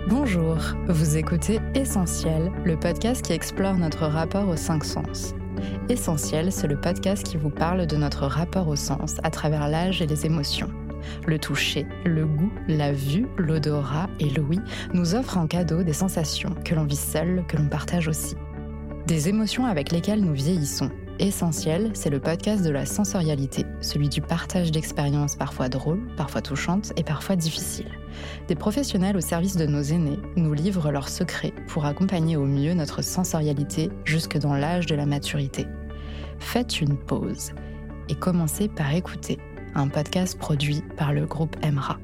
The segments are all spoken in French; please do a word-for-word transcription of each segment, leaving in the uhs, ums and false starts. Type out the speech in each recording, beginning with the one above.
Bonjour, vous écoutez Essentiel, le podcast qui explore notre rapport aux cinq sens. Essentiel, c'est le podcast qui vous parle de notre rapport aux sens à travers l'âge et les émotions. Le toucher, le goût, la vue, l'odorat et l'ouïe nous offrent en cadeau des sensations que l'on vit seul, que l'on partage aussi. Des émotions avec lesquelles nous vieillissons. Essentiel, c'est le podcast de la sensorialité, celui du partage d'expériences parfois drôles, parfois touchantes et parfois difficiles. Des professionnels au service de nos aînés nous livrent leurs secrets pour accompagner au mieux notre sensorialité jusque dans l'âge de la maturité. Faites une pause et commencez par écouter un podcast produit par le groupe E M R A.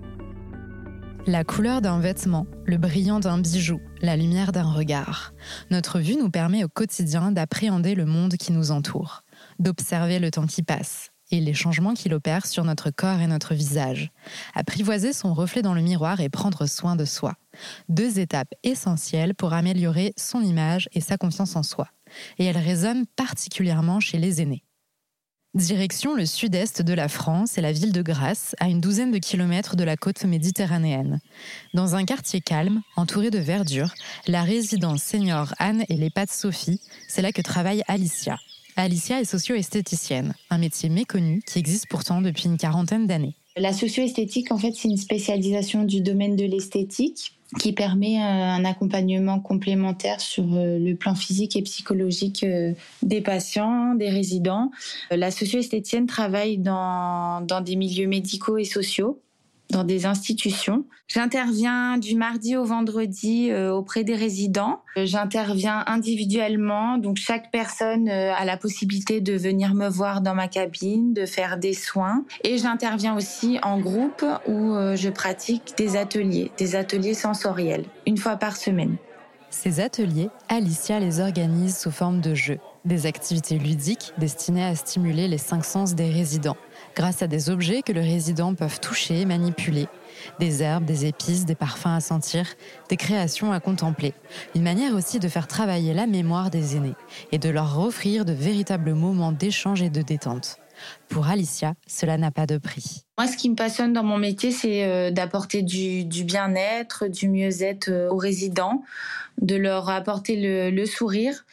La couleur d'un vêtement, le brillant d'un bijou, la lumière d'un regard. Notre vue nous permet au quotidien d'appréhender le monde qui nous entoure, d'observer le temps qui passe et les changements qu'il opère sur notre corps et notre visage. Apprivoiser son reflet dans le miroir et prendre soin de soi. Deux étapes essentielles pour améliorer son image et sa confiance en soi. Et elles résonnent particulièrement chez les aînés. Direction le sud-est de la France et la ville de Grasse, à une douzaine de kilomètres de la côte méditerranéenne. Dans un quartier calme, entouré de verdure, la résidence senior Anne et l'EHPAD Sophie, c'est là que travaille Alicia. Alicia est socio-esthéticienne, un métier méconnu qui existe pourtant depuis une quarantaine d'années. La socio-esthétique, en fait, c'est une spécialisation du domaine de l'esthétique qui permet un accompagnement complémentaire sur le plan physique et psychologique des patients, des résidents. La socio-esthéticienne travaille dans, dans des milieux médicaux et sociaux, dans des institutions. J'interviens du mardi au vendredi euh, auprès des résidents. J'interviens individuellement, donc chaque personne euh, a la possibilité de venir me voir dans ma cabine, de faire des soins. Et j'interviens aussi en groupe où euh, je pratique des ateliers, des ateliers sensoriels, une fois par semaine. Ces ateliers, Alicia les organise sous forme de jeux, des activités ludiques destinées à stimuler les cinq sens des résidents, grâce à des objets que les résidents peuvent toucher et manipuler, des herbes, des épices, des parfums à sentir, des créations à contempler. Une manière aussi de faire travailler la mémoire des aînés et de leur offrir de véritables moments d'échange et de détente. Pour Alicia, cela n'a pas de prix. Moi, ce qui me passionne dans mon métier, c'est euh, d'apporter du, du bien-être, du mieux-être euh, aux résidents, de leur apporter le, le sourire,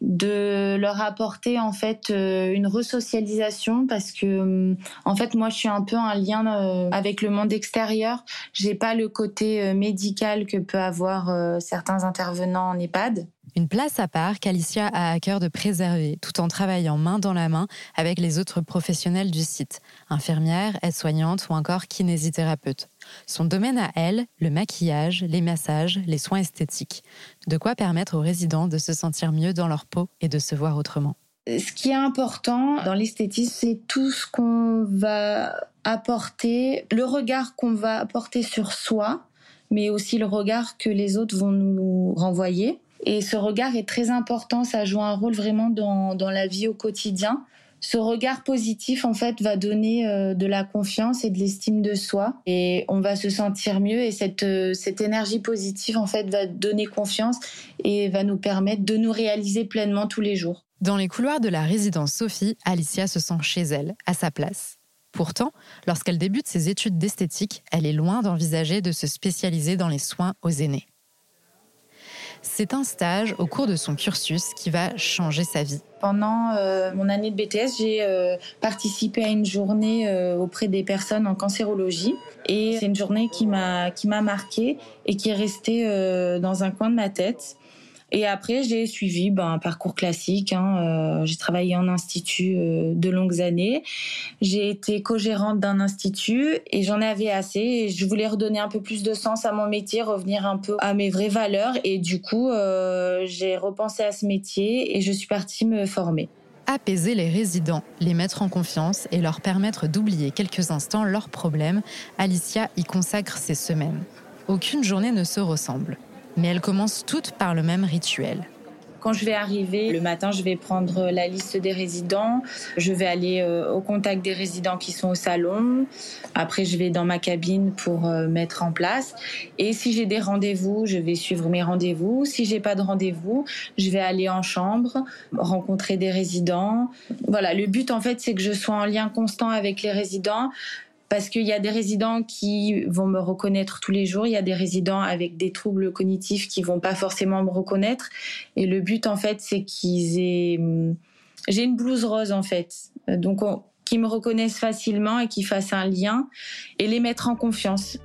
de leur apporter en fait euh, une resocialisation parce que euh, en fait moi je suis un peu un lien euh, avec le monde extérieur. J'ai pas le côté euh, médical que peut avoir euh, certains intervenants en EHPAD. Une place à part qu'Alicia a à cœur de préserver tout en travaillant main dans la main avec les autres professionnels du site, infirmières, aides-soignantes ou encore kinésithérapeutes. Son domaine à elle, le maquillage, les massages, les soins esthétiques. De quoi permettre aux résidents de se sentir mieux dans leur peau et de se voir autrement. Ce qui est important dans l'esthétisme, c'est tout ce qu'on va apporter, le regard qu'on va apporter sur soi, mais aussi le regard que les autres vont nous renvoyer. Et ce regard est très important, ça joue un rôle vraiment dans, dans la vie au quotidien. Ce regard positif, en fait, va donner euh, de la confiance et de l'estime de soi. Et on va se sentir mieux. Et cette, euh, cette énergie positive, en fait, va donner confiance et va nous permettre de nous réaliser pleinement tous les jours. Dans les couloirs de la résidence Sophie, Alicia se sent chez elle, à sa place. Pourtant, lorsqu'elle débute ses études d'esthétique, elle est loin d'envisager de se spécialiser dans les soins aux aînés. C'est un stage au cours de son cursus qui va changer sa vie. Pendant euh, mon année de B T S, j'ai euh, participé à une journée euh, auprès des personnes en cancérologie. Et c'est une journée qui m'a, qui m'a marquée et qui est restée euh, dans un coin de ma tête. Et après, j'ai suivi ben, un parcours classique. Hein. Euh, j'ai travaillé en institut euh, de longues années. J'ai été co-gérante d'un institut et j'en avais assez. Et je voulais redonner un peu plus de sens à mon métier, revenir un peu à mes vraies valeurs. Et du coup, euh, j'ai repensé à ce métier et je suis partie me former. Apaiser les résidents, les mettre en confiance et leur permettre d'oublier quelques instants leurs problèmes, Alicia y consacre ses semaines. Aucune journée ne se ressemble. Mais elles commencent toutes par le même rituel. Quand je vais arriver, le matin, je vais prendre la liste des résidents. Je vais aller euh, au contact des résidents qui sont au salon. Après, je vais dans ma cabine pour euh, mettre en place. Et si j'ai des rendez-vous, je vais suivre mes rendez-vous. Si j'ai pas de rendez-vous, je vais aller en chambre, rencontrer des résidents. Voilà, le but, en fait, c'est que je sois en lien constant avec les résidents Parce qu'il y a des résidents qui vont me reconnaître tous les jours, il y a des résidents avec des troubles cognitifs qui vont pas forcément me reconnaître. Et le but, en fait, c'est qu'ils aient... J'ai une blouse rose, en fait. Donc, on... qu'ils me reconnaissent facilement et qu'ils fassent un lien et les mettre en confiance.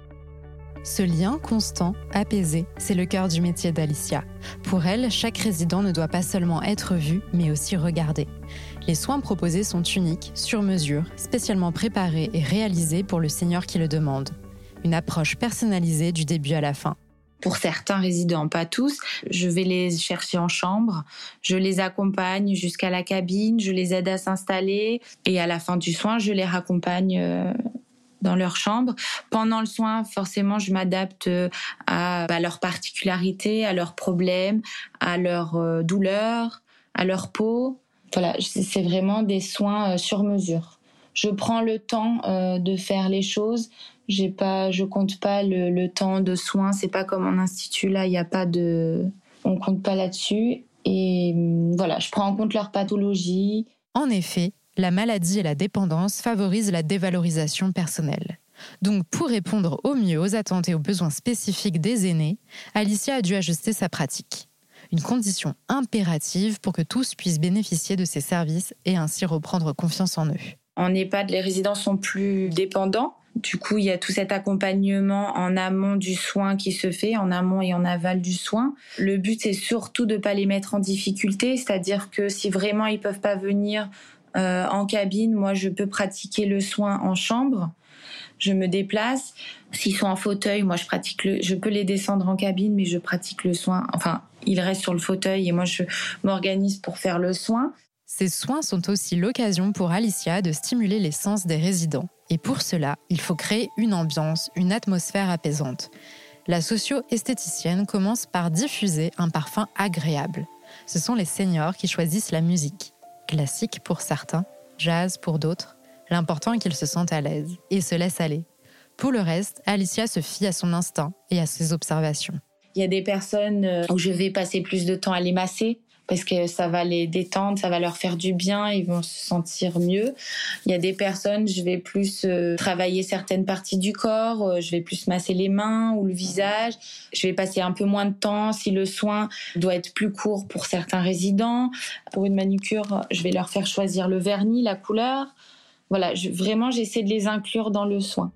Ce lien constant, apaisé, c'est le cœur du métier d'Alicia. Pour elle, chaque résident ne doit pas seulement être vu, mais aussi regardé. Les soins proposés sont uniques, sur mesure, spécialement préparés et réalisés pour le senior qui le demande. Une approche personnalisée du début à la fin. Pour certains résidents, pas tous, je vais les chercher en chambre, je les accompagne jusqu'à la cabine, je les aide à s'installer et à la fin du soin, je les raccompagne euh, dans leur chambre. Pendant le soin, forcément, je m'adapte à, à leurs particularités, à leurs problèmes, à leurs euh, douleurs, à leur peau. Voilà, c'est vraiment des soins euh, sur mesure. Je prends le temps euh, de faire les choses. J'ai pas, je compte pas le, le temps de soins. C'est pas comme en institut, là, il y a pas de, on compte pas là-dessus. Et euh, voilà, je prends en compte leur pathologie. En effet, la maladie et la dépendance favorisent la dévalorisation personnelle. Donc, pour répondre au mieux aux attentes et aux besoins spécifiques des aînés, Alicia a dû ajuster sa pratique. Une condition impérative pour que tous puissent bénéficier de ces services et ainsi reprendre confiance en eux. En EHPAD, les résidents sont plus dépendants. Du coup, il y a tout cet accompagnement en amont du soin qui se fait, en amont et en aval du soin. Le but, c'est surtout de ne pas les mettre en difficulté, c'est-à-dire que si vraiment ils ne peuvent pas venir euh, en cabine, moi, je peux pratiquer le soin en chambre. Je me déplace. S'ils sont en fauteuil, moi, je pratique le, je peux les descendre en cabine, mais je pratique le soin. Enfin, ils restent sur le fauteuil et moi, je m'organise pour faire le soin. Ces soins sont aussi l'occasion pour Alicia de stimuler les sens des résidents. Et pour cela, il faut créer une ambiance, une atmosphère apaisante. La socio-esthéticienne commence par diffuser un parfum agréable. Ce sont les seniors qui choisissent la musique. Classique pour certains, jazz pour d'autres. L'important est qu'ils se sentent à l'aise et se laissent aller. Pour le reste, Alicia se fie à son instinct et à ses observations. Il y a des personnes où je vais passer plus de temps à les masser, parce que ça va les détendre, ça va leur faire du bien, ils vont se sentir mieux. Il y a des personnes, je vais plus euh, travailler certaines parties du corps, euh, je vais plus masser les mains ou le visage. Je vais passer un peu moins de temps si le soin doit être plus court pour certains résidents. Pour une manucure, je vais leur faire choisir le vernis, la couleur. Voilà, je, vraiment, j'essaie de les inclure dans le soin.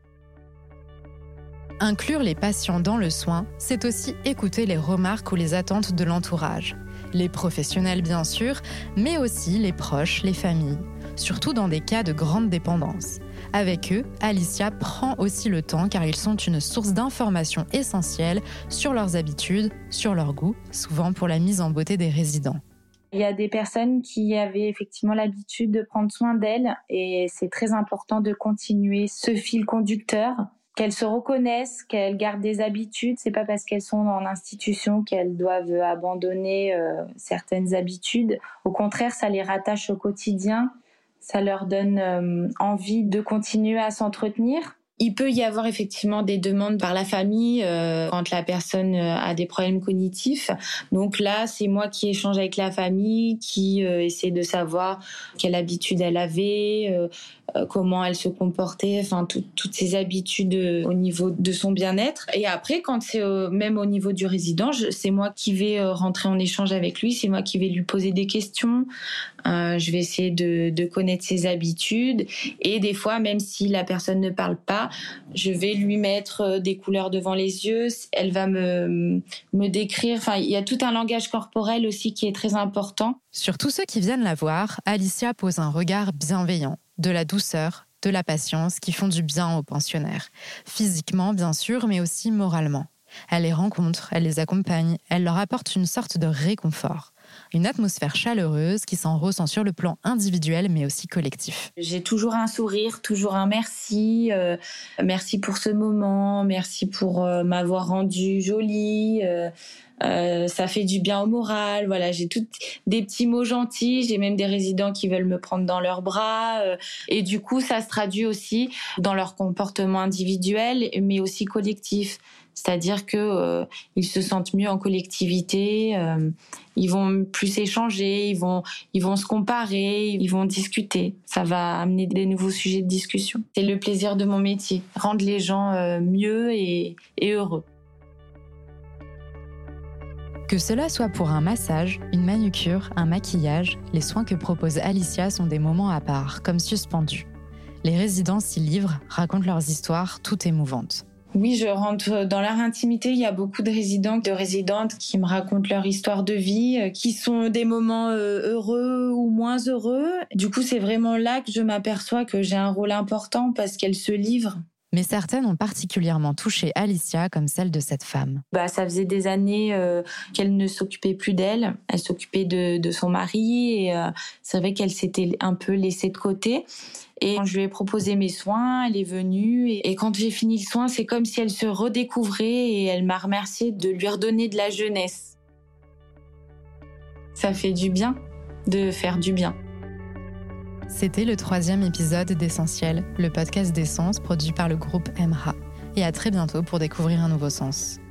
Inclure les patients dans le soin, c'est aussi écouter les remarques ou les attentes de l'entourage. Les professionnels bien sûr, mais aussi les proches, les familles, surtout dans des cas de grande dépendance. Avec eux, Alicia prend aussi le temps car ils sont une source d'informations essentielles sur leurs habitudes, sur leurs goûts, souvent pour la mise en beauté des résidents. Il y a des personnes qui avaient effectivement l'habitude de prendre soin d'elles et c'est très important de continuer ce fil conducteur. Qu'elles se reconnaissent, qu'elles gardent des habitudes. C'est pas parce qu'elles sont en institution qu'elles doivent abandonner euh, certaines habitudes. Au contraire, ça les rattache au quotidien. Ça leur donne euh, envie de continuer à s'entretenir. Il peut y avoir effectivement des demandes par la famille euh, quand la personne a des problèmes cognitifs. Donc là, c'est moi qui échange avec la famille, qui euh, essaie de savoir quelle habitude elle avait, euh, euh, comment elle se comportait, enfin tout, toutes ses habitudes euh, au niveau de son bien-être. Et après, quand c'est euh, même au niveau du résident, je, c'est moi qui vais euh, rentrer en échange avec lui, c'est moi qui vais lui poser des questions. Euh, je vais essayer de, de connaître ses habitudes et des fois, même si la personne ne parle pas, je vais lui mettre des couleurs devant les yeux. Elle va me, me décrire. Enfin, il y a tout un langage corporel aussi qui est très important. Sur tous ceux qui viennent la voir, Alicia pose un regard bienveillant, de la douceur, de la patience qui font du bien aux pensionnaires. Physiquement, bien sûr, mais aussi moralement. Elle les rencontre, elle les accompagne, elle leur apporte une sorte de réconfort. Une atmosphère chaleureuse qui s'en ressent sur le plan individuel mais aussi collectif. J'ai toujours un sourire, toujours un merci. Euh, merci pour ce moment, merci pour euh, m'avoir rendue jolie. Euh, euh, ça fait du bien au moral. Voilà, j'ai toutes des petits mots gentils. J'ai même des résidents qui veulent me prendre dans leurs bras. Euh, et du coup, ça se traduit aussi dans leur comportement individuel mais aussi collectif. C'est-à-dire que euh, ils se sentent mieux en collectivité, euh, ils vont plus échanger, ils vont, ils vont se comparer, ils vont discuter. Ça va amener des nouveaux sujets de discussion. C'est le plaisir de mon métier, rendre les gens euh, mieux et, et heureux. Que cela soit pour un massage, une manucure, un maquillage, les soins que propose Alicia sont des moments à part, comme suspendus. Les résidents s'y livrent, racontent leurs histoires, toutes émouvantes. Oui, je rentre dans leur intimité. Il y a beaucoup de résidents, de résidentes qui me racontent leur histoire de vie, qui sont des moments heureux ou moins heureux. Du coup, c'est vraiment là que je m'aperçois que j'ai un rôle important parce qu'elles se livrent. Mais certaines ont particulièrement touché Alicia, comme celle de cette femme. Bah, ça faisait des années euh, qu'elle ne s'occupait plus d'elle. Elle s'occupait de, de son mari et euh, c'est vrai qu'elle s'était un peu laissée de côté. Et quand je lui ai proposé mes soins, elle est venue. Et, et quand j'ai fini le soin, c'est comme si elle se redécouvrait et elle m'a remercié de lui redonner de la jeunesse. Ça fait du bien de faire du bien. C'était le troisième épisode d'Essentiel, le podcast d'Essence produit par le groupe M R A. Et à très bientôt pour découvrir un nouveau sens.